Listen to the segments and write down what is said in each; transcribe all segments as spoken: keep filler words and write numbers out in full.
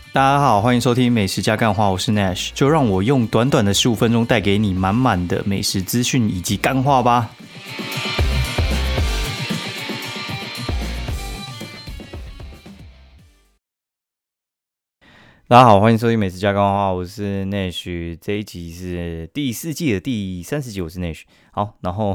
大家好，欢迎收听美食加干话，我是 Nash， 就让我用短短的十五分钟带给你满满的美食资讯以及干话吧。大家好，欢迎收听美食加干话，我是 Nash， 这一集是第四季的第三十集，我是 Nash。好，然后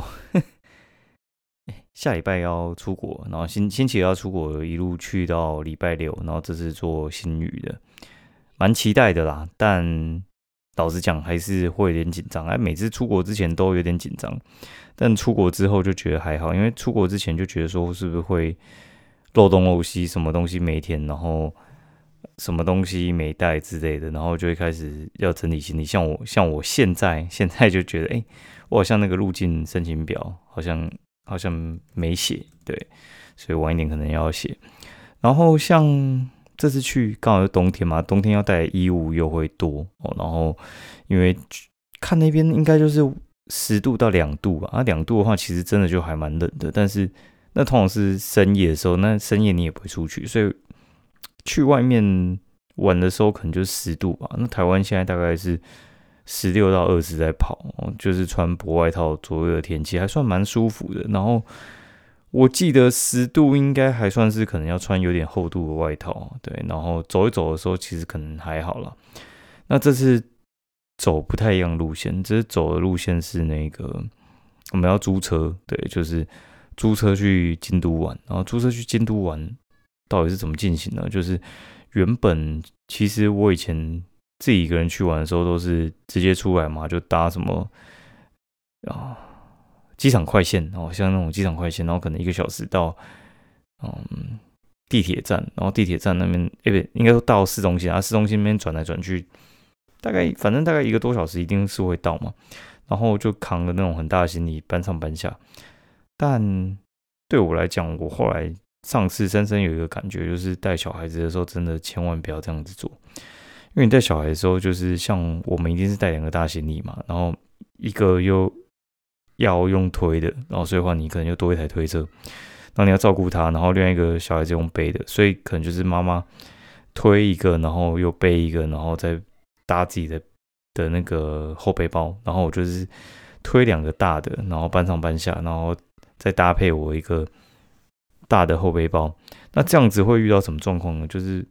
下礼拜要出国，然后星星期二要出国，一路去到礼拜六，然后这是做新语的，蛮期待的啦。但老实讲，还是会有点紧张。哎，每次出国之前都有点紧张，但出国之后就觉得还好，因为出国之前就觉得说是不是会漏东漏西，什么东西没填，然后什么东西没带之类的，然后就会开始要整理行李。像我，像我现在现在就觉得，哎、欸，我好像那个入境申请表好像好像没写，对，所以晚一点可能要写。然后像这次去刚好是冬天嘛，冬天要带的衣物又会多哦。然后因为看那边应该就是十度到两度吧，啊，两度的话其实真的就还蛮冷的，但是那通常是深夜的时候，那深夜你也不会出去，所以去外面玩的时候可能就是十度吧。那台湾现在大概是十六到二十在跑，就是穿薄外套左右的天气，还算蛮舒服的。然后我记得十度应该还算是可能要穿有点厚度的外套，对。然后走一走的时候，其实可能还好啦。那这次走不太一样路线，这次走的路线是那个我们要租车，对，就是租车去京都玩。然后租车去京都玩到底是怎么进行呢？就是原本其实我以前自己一个人去玩的时候，都是直接出来嘛，就搭什么啊机场快线，然后像那种机场快线，然后可能一个小时到嗯地铁站，然后地铁站那边，哎、欸、不，应该说到市中心啊，市中心那边转来转去，大概反正大概一个多小时一定是会到嘛。然后就扛了那种很大的行李搬上搬下，但对我来讲，我后来上次深深有一个感觉，就是带小孩子的时候，真的千万不要这样子做。因为你带小孩的时候，就是像我们一定是带两个大行李嘛，然后一个又要用推的，然后所以的话你可能就多一台推车，然后你要照顾他，然后另外一个小孩子用背的，所以可能就是妈妈推一个，然后又背一个，然后再搭自己的的那个后背包，然后我就是推两个大的，然后搬上搬下，然后再搭配我一个大的后背包。那这样子会遇到什么状况呢？就是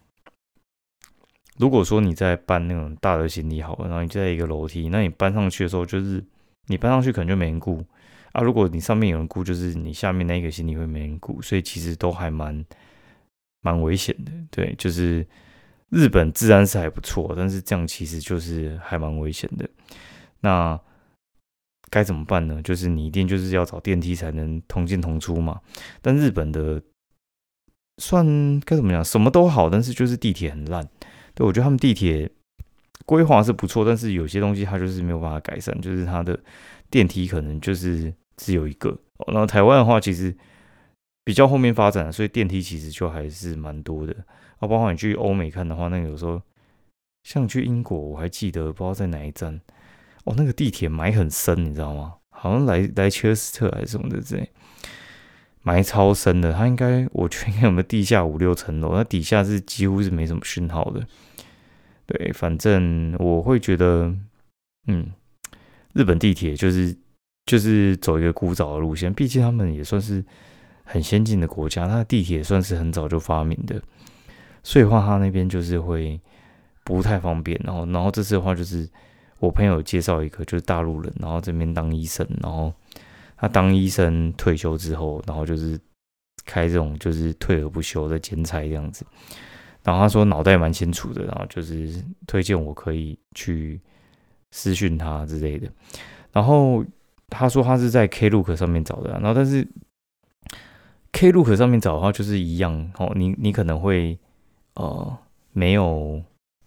如果说你在搬那种大的行李好了，然后你在一个楼梯，那你搬上去的时候，就是你搬上去可能就没人顾啊。如果你上面有人顾，就是你下面那个行李会没人顾，所以其实都还蛮蛮危险的。对，就是日本治安是还不错，但是这样其实就是还蛮危险的。那该怎么办呢？就是你一定就是要找电梯才能同进同出嘛。但日本的算该怎么讲，什么都好，但是就是地铁很烂。对，我觉得他们地铁规划是不错，但是有些东西它就是没有办法改善，就是它的电梯可能就是只有一个。哦、然后台湾的话，其实比较后面发展，所以电梯其实就还是蛮多的。啊，包括你去欧美看的话，那个有时候像你去英国，我还记得不知道在哪一站，哦，那个地铁埋很深，你知道吗？好像来来切斯特还是什么的之类。埋超深的，它应该我觉得应该有没有地下五六层楼，那底下是几乎是没什么讯号的。对，反正我会觉得，嗯，日本地铁就是就是走一个古早的路线，毕竟他们也算是很先进的国家，它的地铁算是很早就发明的，所以的话他那边就是会不太方便。然后，然后这次的话就是我朋友介绍一个就是大陆人，然后这边当医生，然后他当医生退休之后，然后就是开这种就是退而不休的兼差这样子。然后他说脑袋蛮清楚的，然后就是推荐我可以去私讯他之类的。然后他说他是在 Klook 上面找的、啊，然后但是 Klook 上面找的话就是一样哦，你你可能会呃没有，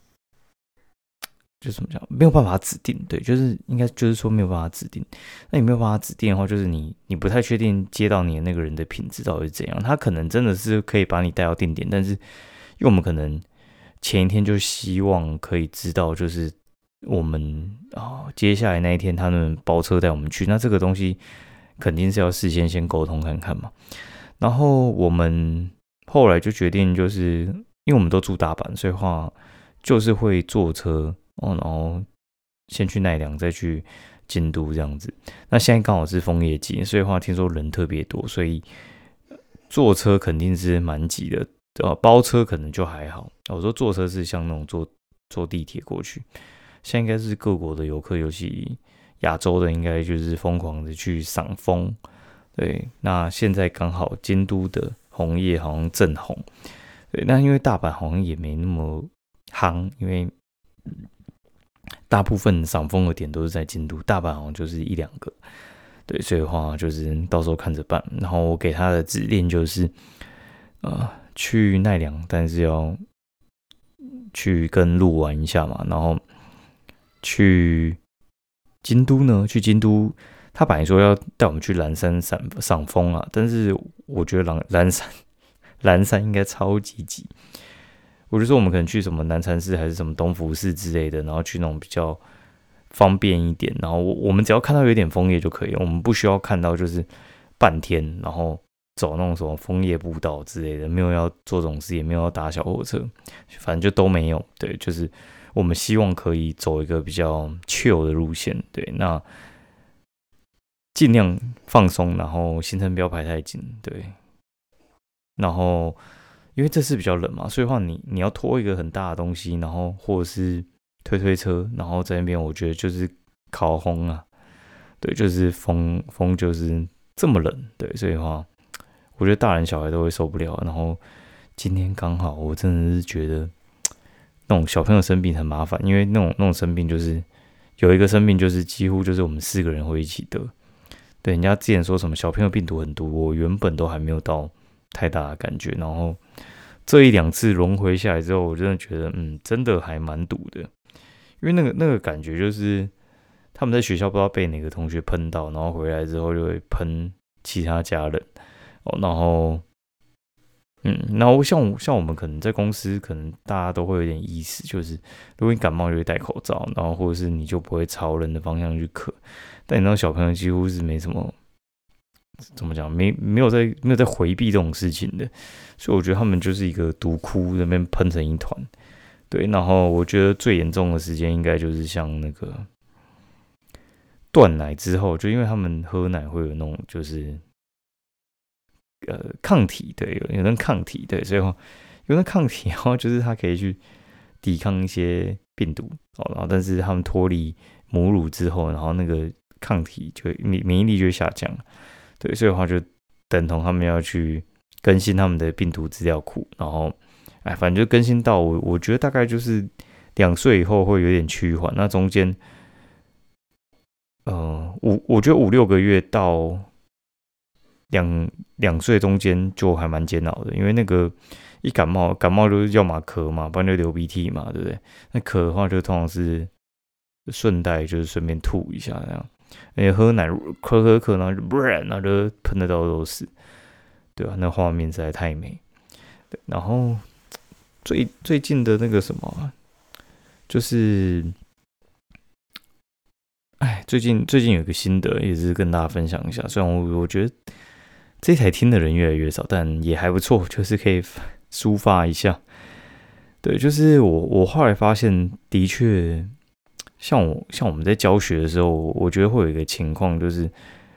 就怎么讲，没有办法指定，对，就是应该就是说没有办法指定。那你没有办法指定的话，就是你你不太确定接到你的那个人的品质到底是怎样。他可能真的是可以把你带到定点，但是因为我们可能前一天就希望可以知道，就是我们啊、哦、接下来那一天他们包车带我们去，那这个东西肯定是要事先先沟通看看嘛。然后我们后来就决定，就是因为我们都住大阪，所以话就是会坐车哦，然后先去奈良，再去京都这样子。那现在刚好是枫叶季，所以话听说人特别多，所以坐车肯定是蛮挤的。呃，包车可能就还好。我说坐车是像那种坐坐地铁过去。现在应该是各国的游客，尤其亚洲的，应该就是疯狂的去赏枫。对，那现在刚好京都的红叶好像正红。对，那因为大阪好像也没那么夯，因为大部分赏枫的点都是在京都，大阪好像就是一两个。对，所以的话就是到时候看着办。然后我给他的指令就是，呃，去奈良，但是要去跟鹿玩一下嘛。然后去京都呢，去京都，他本来说要带我们去蓝山赏赏枫啊，但是我觉得蓝蓝山蓝山应该超级挤。我就说我们可能去什么南禅寺还是什么东福寺之类的，然后去那种比较方便一点，然后我们只要看到有点枫叶就可以了，我们不需要看到就是半天，然后走那种什么枫叶步道之类的，没有要做这种事，也没有要搭小火车，反正就都没有。对，就是我们希望可以走一个比较 chill 的路线，对，那尽量放松，然后行程不要排太紧，对，然后因为这次比较冷嘛，所以话你你要拖一个很大的东西，然后或者是推推车，然后在那边我觉得就是烤烘啊，对，就是风风就是这么冷，对，所以的话我觉得大人小孩都会受不了。然后今天刚好我真的是觉得那种小朋友生病很麻烦，因为那种那种生病就是有一个生病就是几乎就是我们四个人会一起得。对，人家之前说什么小朋友病毒很毒，我原本都还没有到太大的感觉，然后这一两次轮回下来之后，我真的觉得，嗯，真的还蛮毒的，因为那个那个感觉就是他们在学校不知道被哪个同学喷到，然后回来之后就会喷其他家人，哦，然后，嗯，然后像像我们可能在公司，可能大家都会有点意识，就是如果你感冒就会戴口罩，然后或者是你就不会朝人的方向去咳，但你那种小朋友几乎是没什么。怎么讲？没没有在没有在回避这种事情的，所以我觉得他们就是一个毒窟那边喷成一团，对。然后我觉得最严重的时间应该就是像那个断奶之后，就因为他们喝奶会有那种就是呃抗体，对，有有那抗体，对，所以有那抗体，然后就是它可以去抵抗一些病毒哦。然后但是他们脱离母乳之后，然后那个抗体就免免疫力就会下降。对，所以的话就等同他们要去更新他们的病毒资料库，然后，哎，反正就更新到我，我觉得大概就是两岁以后会有点趋缓，那中间，呃，五，我觉得五六个月到两两岁中间就还蛮煎熬的，因为那个一感冒，感冒就是要么咳嘛，不然就流鼻涕嘛，对不对？那咳的话就通常是顺带就是顺便吐一下这样。欸、喝奶咳咳咳，然后就不然，然后就喷得到都是，对吧、啊？那画面实在太美。对，然后最最近的那个什么，就是，哎，最近最近有一个心得，也是跟大家分享一下。虽然我我觉得这台听的人越来越少，但也还不错，就是可以抒发一下。对，就是我我后来发现，的确。像我像我们在教学的时候，我觉得会有一个情况，就是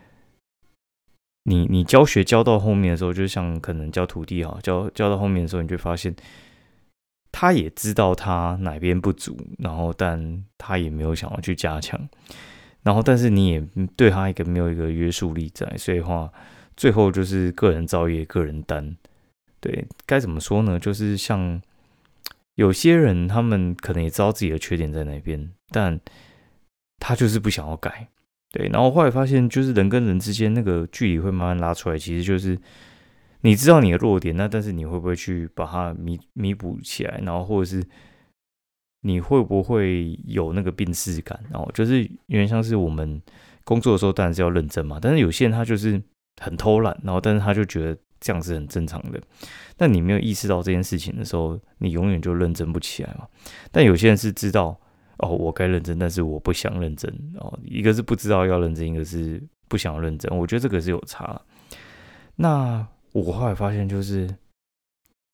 你你教学教到后面的时候，就像可能教徒弟哈，教教到后面的时候，你就发现他也知道他哪边不足，然后但他也没有想要去加强，然后但是你也对他一个没有一个约束力在，所以的话最后就是个人造业，个人担。对，该怎么说呢？就是像。有些人他们可能也知道自己的缺点在哪边，但他就是不想要改，对。然后后来发现，就是人跟人之间那个距离会慢慢拉出来，其实就是你知道你的弱点，那但是你会不会去把它弥弥补起来？然后或者是你会不会有那个病识感？然后就是有点像是我们工作的时候，当然是要认真嘛。但是有些人他就是很偷懒，然后但是他就觉得这样是很正常的。但你没有意识到这件事情的时候，你永远就认真不起来嘛。但有些人是知道哦，我该认真，但是我不想认真哦。一个是不知道要认真，一个是不想认真。我觉得这个是有差。那我后来发现，就是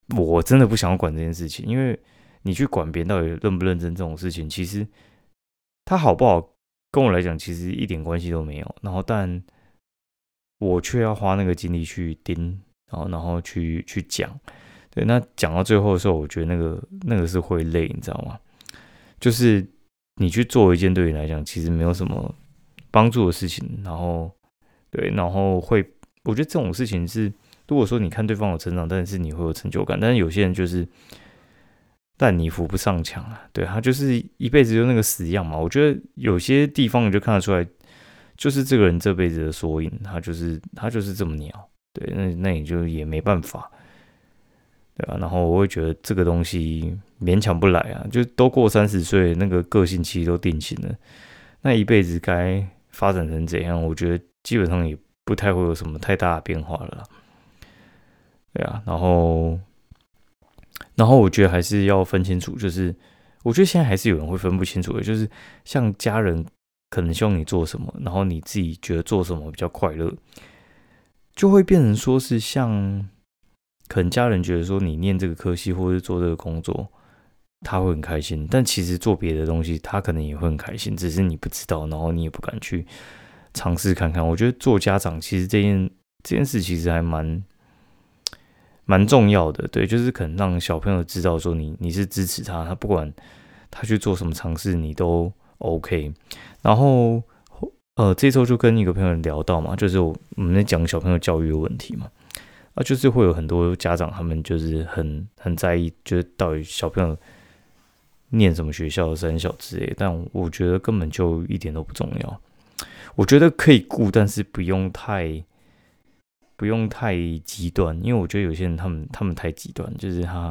我真的不想要管这件事情，因为你去管别人到底认不认真这种事情，其实他好不好跟我来讲，其实一点关系都没有。然后，但我却要花那个精力去盯，然后然后去去讲。对，那讲到最后的时候，我觉得那个那个是会累，你知道吗？就是你去做一件对你来讲其实没有什么帮助的事情，然后对，然后会，我觉得这种事情是，如果说你看对方有成长，但是你会有成就感，但是有些人就是烂泥扶不上墙啊，对，他就是一辈子就那个死样嘛。我觉得有些地方你就看得出来，就是这个人这辈子的缩影，他就是他就是这么鸟，对，那那你就也没办法。对啊，然后我会觉得这个东西勉强不来啊，就都过三十岁，那个个性其实都定型了，那一辈子该发展成怎样，我觉得基本上也不太会有什么太大的变化了啦。对啊，然后，然后我觉得还是要分清楚，就是我觉得现在还是有人会分不清楚的，就是像家人可能希望你做什么，然后你自己觉得做什么比较快乐，就会变成说是像。可能家人觉得说你念这个科系或是做这个工作，他会很开心，但其实做别的东西他可能也会很开心，只是你不知道，然后你也不敢去尝试看看。我觉得做家长其实这件这件事其实还蛮蛮重要的，对，就是可能让小朋友知道说你你是支持他，他不管他去做什么尝试，你都 OK。然后呃，这周就跟一个朋友聊到嘛，就是我们在讲小朋友教育的问题嘛。啊，就是会有很多家长，他们就是很很在意，就是到底小朋友念什么学校、三小之类，但我觉得根本就一点都不重要。我觉得可以顾，但是不用太不用太极端，因为我觉得有些人他们他们太极端，就是他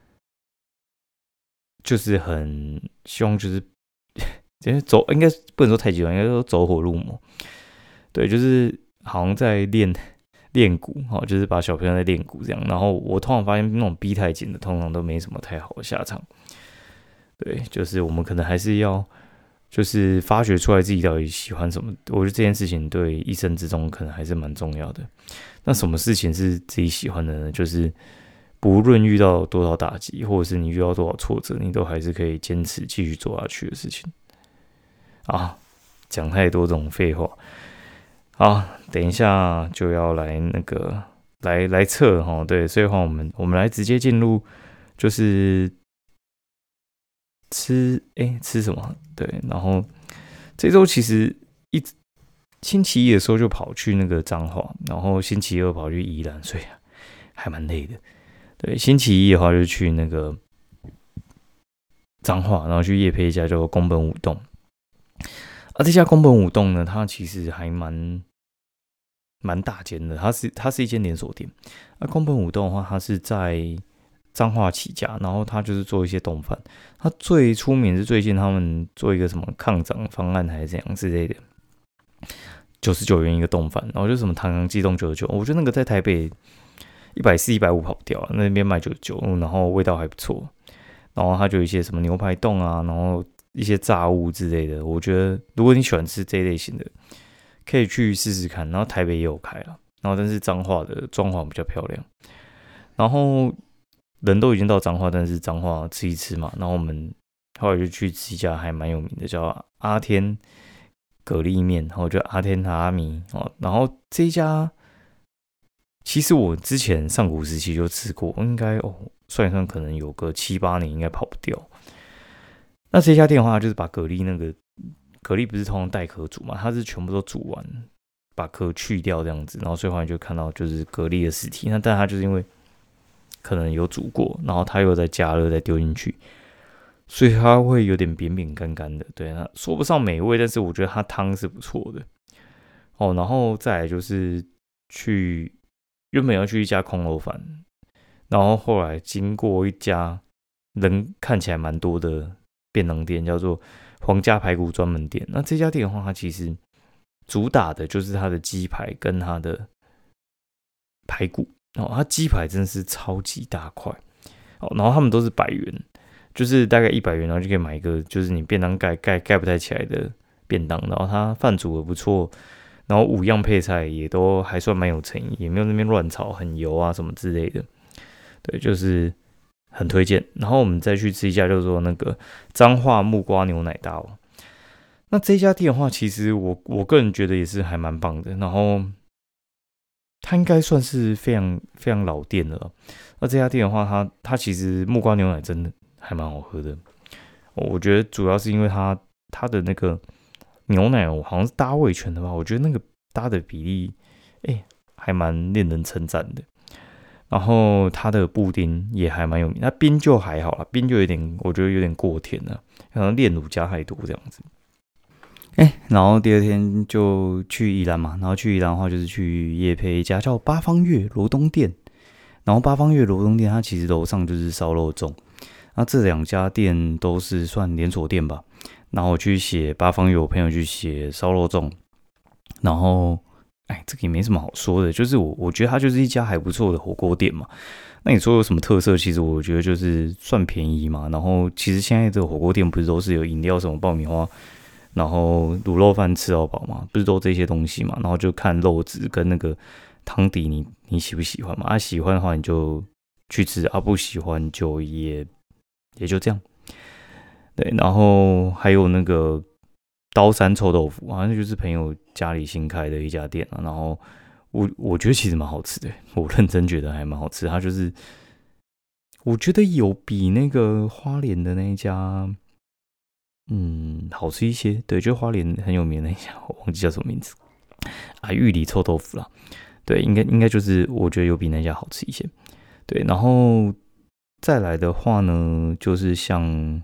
就是很希望就是走，应该不能说太极端，应该说走火入魔。对，就是好像在练。练鼓，就是把小朋友在练鼓这样，然后我通常发现那种逼太紧的，通常都没什么太好的下场。对，就是我们可能还是要，就是发掘出来自己到底喜欢什么。我觉得这件事情对一生之中可能还是蛮重要的。那什么事情是自己喜欢的呢？就是不论遇到多少打击，或者是你遇到多少挫折，你都还是可以坚持继续做下去的事情。啊，讲太多这种废话。好，等一下就要来那个来来测哈，对，所以的话我们我们来直接进入，就是吃哎、欸、吃什么？对，然后这周其实一星期一的时候就跑去那个彰化，然后星期二跑去宜兰，所以还蛮累的。对，星期一的话就去那个彰化，然后去业配一家叫做宫本武洞。啊，这家宫本武洞呢，它其实还蛮。蛮大间的，它是它是一间连锁店。那宫本武洞的话，它是在彰化起家，然后它就是做一些冻饭。它最出名是最近他们做一个什么抗涨方案还是怎样之类的，九十九元一个冻饭，然后就什么唐扬鸡冻九十九，我觉得那个在台北一百四、一百五跑不掉了，那边卖九十九，然后味道还不错。然后它就有一些什么牛排冻啊，然后一些炸物之类的。我觉得如果你喜欢吃这一类型的。可以去试试看，然后台北也有开了，然后但是彰化的装潢比较漂亮，然后人都已经到彰化，但是彰化吃一吃嘛，然后我们后来就去吃一家还蛮有名的，叫阿天蛤蜊面，然后就阿天阿米哦，然后这一家其实我之前上古时期就吃过，应该哦算一算可能有个七八年应该跑不掉。那这家店的话，就是把蛤蜊那个。蛤蜊不是通常带壳煮嘛？它是全部都煮完，把壳去掉这样子，然后所以后来就看到就是蛤蜊的尸体。那但它就是因为可能有煮过，然后它又再加热再丢进去，所以它会有点扁扁干干的。对，它说不上美味，但是我觉得它汤是不错的。哦，然后再来就是去原本要去一家空肉饭，然后后来经过一家人看起来蛮多的便当店，叫做。皇家排骨专门店，那这家店的话，它其实主打的就是它的鸡排跟它的排骨哦，它鸡排真的是超级大块哦，然后他们都是百元，就是大概一百元，然后就可以买一个就是你便当盖盖盖不太起来的便当，然后它饭煮的不错，然后五样配菜也都还算蛮有诚意，也没有那边乱炒很油啊什么之类的， 对，就是很推荐。然后我们再去吃一家叫做那个彰化木瓜牛奶大王。那这家店的话，其实我我个人觉得也是还蛮棒的。然后它应该算是非常非常老店了。那这家店的话，它它其实木瓜牛奶真的还蛮好喝的。我觉得主要是因为它它的那个牛奶好像是搭味全的吧，我觉得那个搭的比例，哎、欸，还蛮令人称赞的。然后它的布丁也还蛮有名，那冰就还好啦，冰就有点我觉得有点过甜了，可能炼乳加太多这样子。哎、欸，然后第二天就去宜兰嘛，然后去宜兰的话就是去业配一家叫八方月罗东店，然后八方月罗东店它其实楼上就是烧肉粽，那这两家店都是算连锁店吧，然后我去写八方月，我朋友去写烧肉粽，然后哎，这个也没什么好说的，就是我我觉得它就是一家还不错的火锅店嘛。那你说有什么特色？其实我觉得就是算便宜嘛，然后其实现在这个火锅店不是都是有饮料什么爆米花，然后卤肉饭吃到饱嘛，不是都这些东西嘛？然后就看肉质跟那个汤底你，你你喜不喜欢嘛？啊，喜欢的话你就去吃，啊，不喜欢就也也就这样。对，然后还有那个刀山臭豆腐，好像就是朋友家里新开的一家店啊。然后我我觉得其实蛮好吃的，我认真觉得还蛮好吃。它就是我觉得有比那个花莲的那一家。嗯，好吃一些。对，就花莲很有名的那一家，我忘记叫什么名字啊，玉里臭豆腐啦。对，应该应该就是我觉得有比那家好吃一些。对，然后再来的话呢，就是像，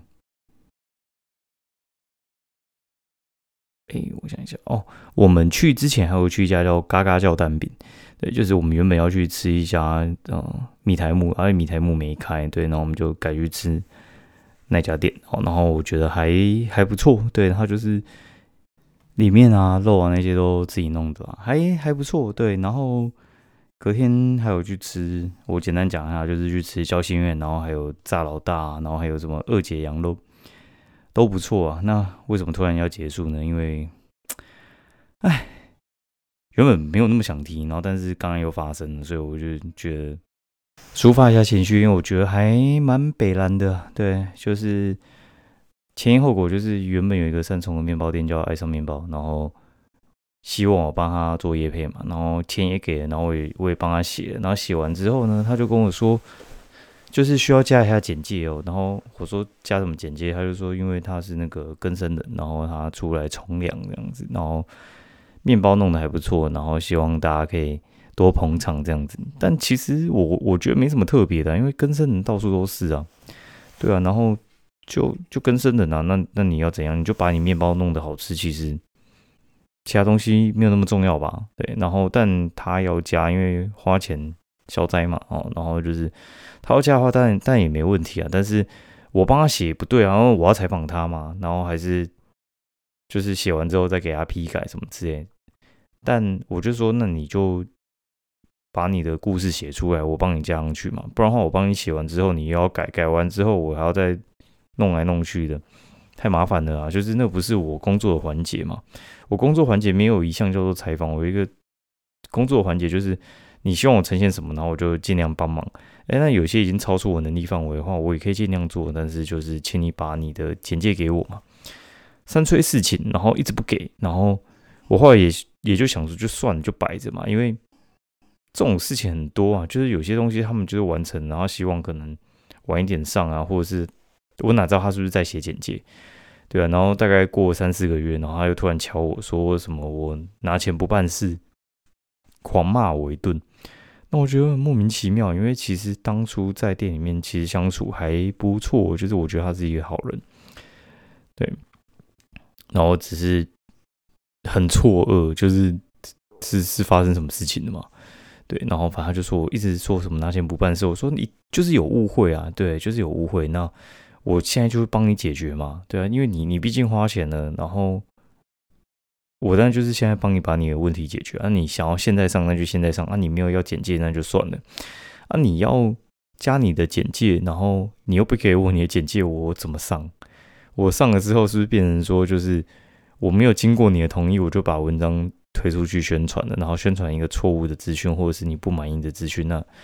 哎，我想一下哦，我们去之前还有去一家叫嘎嘎叫蛋饼。对，就是我们原本要去吃一家呃米台木，而且米台木没开，对，然后我们就改去吃那家店，然后我觉得还还不错，对，它就是里面啊肉啊那些都自己弄的啊，还还不错，对。然后隔天还有去吃，我简单讲一下，就是去吃交心苑，然后还有炸老大，然后还有什么二姐羊肉，都不错啊。那为什么突然要结束呢？因为，哎，原本没有那么想提，然后但是刚刚又发生了，所以我就觉得。抒发一下情绪，因为我觉得还蛮北蓝的，对，就是前因后果，就是原本有一个三重的面包店叫爱上面包，然后希望我帮他做业配嘛，然后钱也给了，然后我也我也帮他写了，然后写完之后呢，他就跟我说，就是需要加一下简介哦，然后我说加什么简介，他就说因为他是那个更生人，然后他出来从良这样子，然后面包弄得还不错，然后希望大家可以。多捧场这样子，但其实我我觉得没什么特别的、啊，因为更生人到处都是啊，对啊，然后就就更生人啊，那那你要怎样？你就把你面包弄得好吃，其实其他东西没有那么重要吧？对，然后但他要加，因为花钱消灾嘛，哦，然后就是他要加的话，但但也没问题啊，但是我帮他写不对啊，然后我要采访他嘛，然后还是就是写完之后再给他批改什么之类的，但我就说那你就。把你的故事写出来，我帮你加上去嘛，不然的话我帮你写完之后，你又要改，改完之后我还要再弄来弄去的，太麻烦了啊！就是那不是我工作的环节嘛，我工作环节没有一项叫做采访，我有一个工作环节就是你希望我呈现什么，然后我就尽量帮忙。哎，那有些已经超出我能力范围的话，我也可以尽量做，但是就是请你把你的简介给我嘛，三催四请，然后一直不给，然后我后来也也就想说，就算了，就摆着嘛，因为。这种事情很多啊，就是有些东西他们就是完成，然后希望可能晚一点上啊，或者是我哪知道他是不是在写简介，对啊，然后大概过了三四个月，然后他又突然敲我说什么我拿钱不办事，狂骂我一顿，那我觉得很莫名其妙，因为其实当初在店里面其实相处还不错，就是我觉得他是一个好人，对，然后只是很错愕，就是是是发生什么事情了嘛？对，然后反正他就说我一直说什么拿钱不办事，我说你就是有误会啊，对，就是有误会。那我现在就会帮你解决嘛，对啊，因为你你毕竟花钱了，然后我当然就是现在帮你把你的问题解决啊。你想要现在上那就现在上啊，你没有要简介那就算了啊。你要加你的简介，然后你又不给我你的简介，我怎么上？我上了之后是不是变成说就是我没有经过你的同意，我就把文章推出去宣传了，然后宣传一个错误的资讯或者是你不满意的资讯，那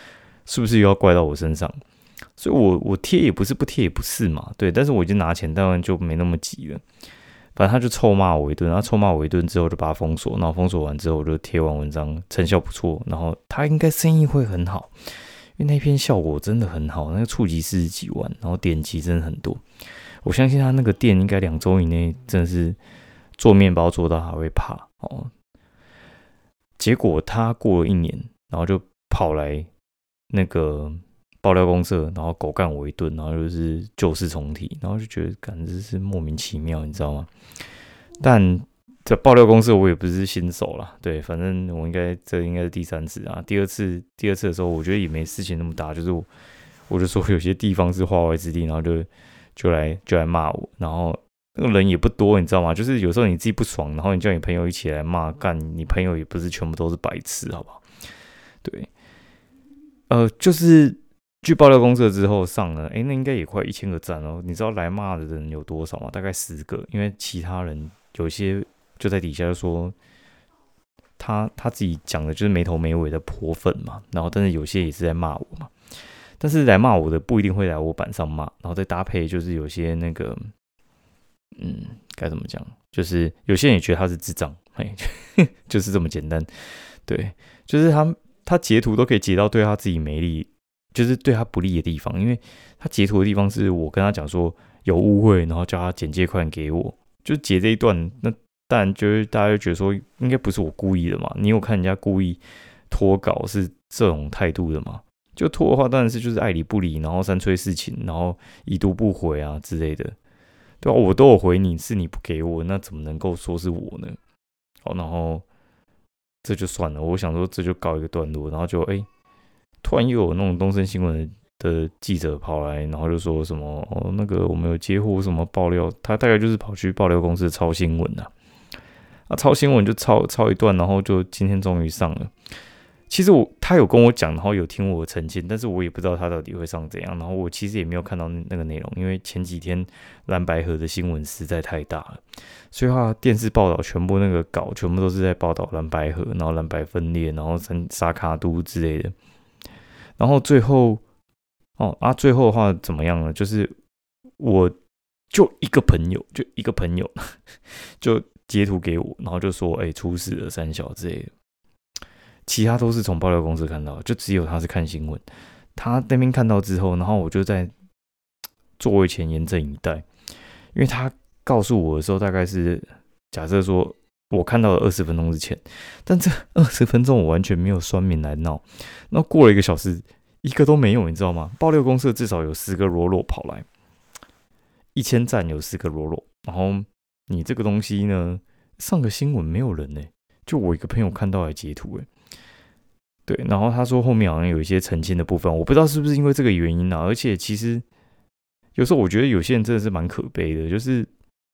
是不是又要怪到我身上？所以我我贴也不是，不贴也不是嘛，对。但是我已经拿钱，当然就没那么急了。反正他就臭骂我一顿，然后臭骂我一顿之后就把他封锁，然后封锁完之后我就贴完文章，成效不错，然后他应该生意会很好，因为那篇效果真的很好，那个触及四十几万，然后点击真的很多。我相信他那个店应该两周以内真的是做面包做到还会怕哦。结果他过了一年，然后就跑来那个爆料公社，然后狗干我一顿，然后就是旧事重提，然后就觉得感觉是莫名其妙，你知道吗？但这爆料公社我也不是新手啦，对，反正我应该这应该是第三次啊。第二次第二次的时候，我觉得也没事情那么大，就是我我就说有些地方是化外之地，然后就就来就来骂我，然后那个人也不多，你知道吗？就是有时候你自己不爽，然后你叫你朋友一起来骂，干你朋友也不是全部都是白痴，好不好？对，呃，就是去爆料公社之后上了，哎，那应该也快一千个赞哦。你知道来骂的人有多少吗？大概十个，因为其他人有些就在底下就说他他自己讲的就是没头没尾的泼粪嘛，然后但是有些也是在骂我嘛。但是来骂我的不一定会来我板上骂，然后再搭配就是有些那个，嗯，该怎么讲？就是有些人也觉得他是智障，嘿，就是这么简单。对，就是他他截图都可以截到对他自己没利，就是对他不利的地方，因为他截图的地方是我跟他讲说有误会，然后叫他简介快点给我，就截这一段，那当然就是大家就觉得说应该不是我故意的嘛，你有看人家故意脱稿是这种态度的吗？就拖的话，当然是就是爱理不理，然后三催四请，然后已读不回啊之类的，对吧、啊？我都有回你，是你不给我，那怎么能够说是我呢？好，然后这就算了，我想说这就告一个段落，然后就哎、欸，突然又有那种东森新闻的记者跑来，然后就说什么哦，那个我们有接获什么爆料，他大概就是跑去爆料公司抄新闻啊，啊，抄新闻就抄抄一段，然后就今天终于上了。其实我他有跟我讲，然后有听我澄清，但是我也不知道他到底会上怎样。然后我其实也没有看到那个内容，因为前几天蓝白河的新闻实在太大了，所以他电视报道全部那个稿全部都是在报道蓝白河，然后蓝白分裂，然后沙卡都之类的。然后最后哦啊，最后的话怎么样呢？就是我就一个朋友，就一个朋友就截图给我，然后就说：“哎、欸，出事了，三小之类的。”其他都是从爆料公司看到，就只有他是看新闻。他那边看到之后，然后我就在座位前严阵以待，因为他告诉我的时候，大概是假设说我看到了二十分钟之前，但这二十分钟我完全没有酸民来闹。那过了一个小时，一个都没有，你知道吗？爆料公司至少有十个罗罗跑来，一千赞有十个罗罗，然后你这个东西呢，上个新闻没有人呢、欸，就我一个朋友看到来截图、欸，对，然后他说后面好像有一些澄清的部分，我不知道是不是因为这个原因啊。而且其实有时候我觉得有些人真的是蛮可悲的，就是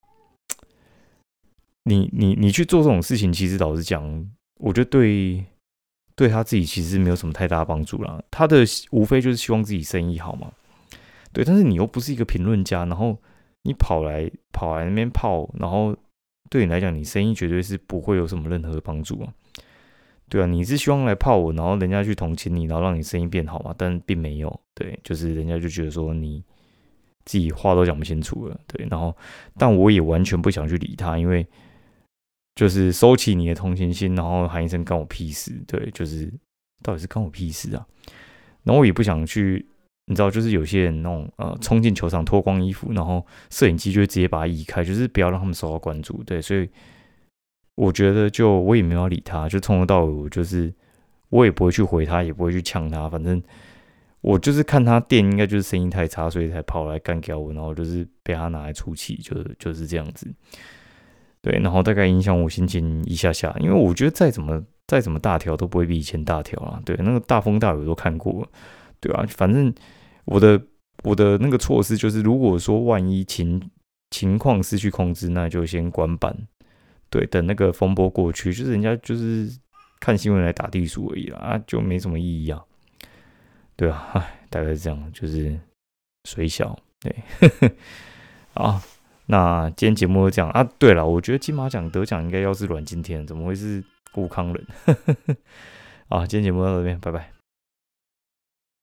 你你你去做这种事情，其实老实讲，我觉得对对他自己其实没有什么太大帮助啦。他的无非就是希望自己生意好嘛，对。但是你又不是一个评论家，然后你跑来跑来那边泡，然后对你来讲，你生意绝对是不会有什么任何的帮助啊。对啊，你是希望来泡我，然后人家去同情你，然后让你生意变好嘛？但并没有，对，就是人家就觉得说你自己话都讲不清楚了，对，然后但我也完全不想去理他，因为就是收起你的同情心，然后喊一声干我屁事，对，就是到底是干我屁事啊？然后我也不想去，你知道，就是有些人那种呃冲进球场脱光衣服，然后摄影机就会直接把他移开，就是不要让他们受到关注，对，所以。我觉得就我也没有要理他，就从头到尾我就是我也不会去回他，也不会去呛他，反正我就是看他店应该就是生意太差，所以才跑来干掉我，然后就是被他拿来出气，就就是这样子。对，然后大概影响我心情一下下，因为我觉得再怎么再怎么大条都不会比以前大条啦。对，那个大风大雨我都看过了，对啊，反正我的我的那个措施就是，如果说万一情情况失去控制，那就先关板。对，等那个风波过去，就是人家就是看新闻来打地鼠而已啦，啊，就没什么意义啊。对啊，唉，大概是这样，就是水小，对，好，那今天节目就这样啊。对了，我觉得金马奖得奖应该要是阮经天，怎么会是吴康仁？啊，今天节目到这边，拜拜。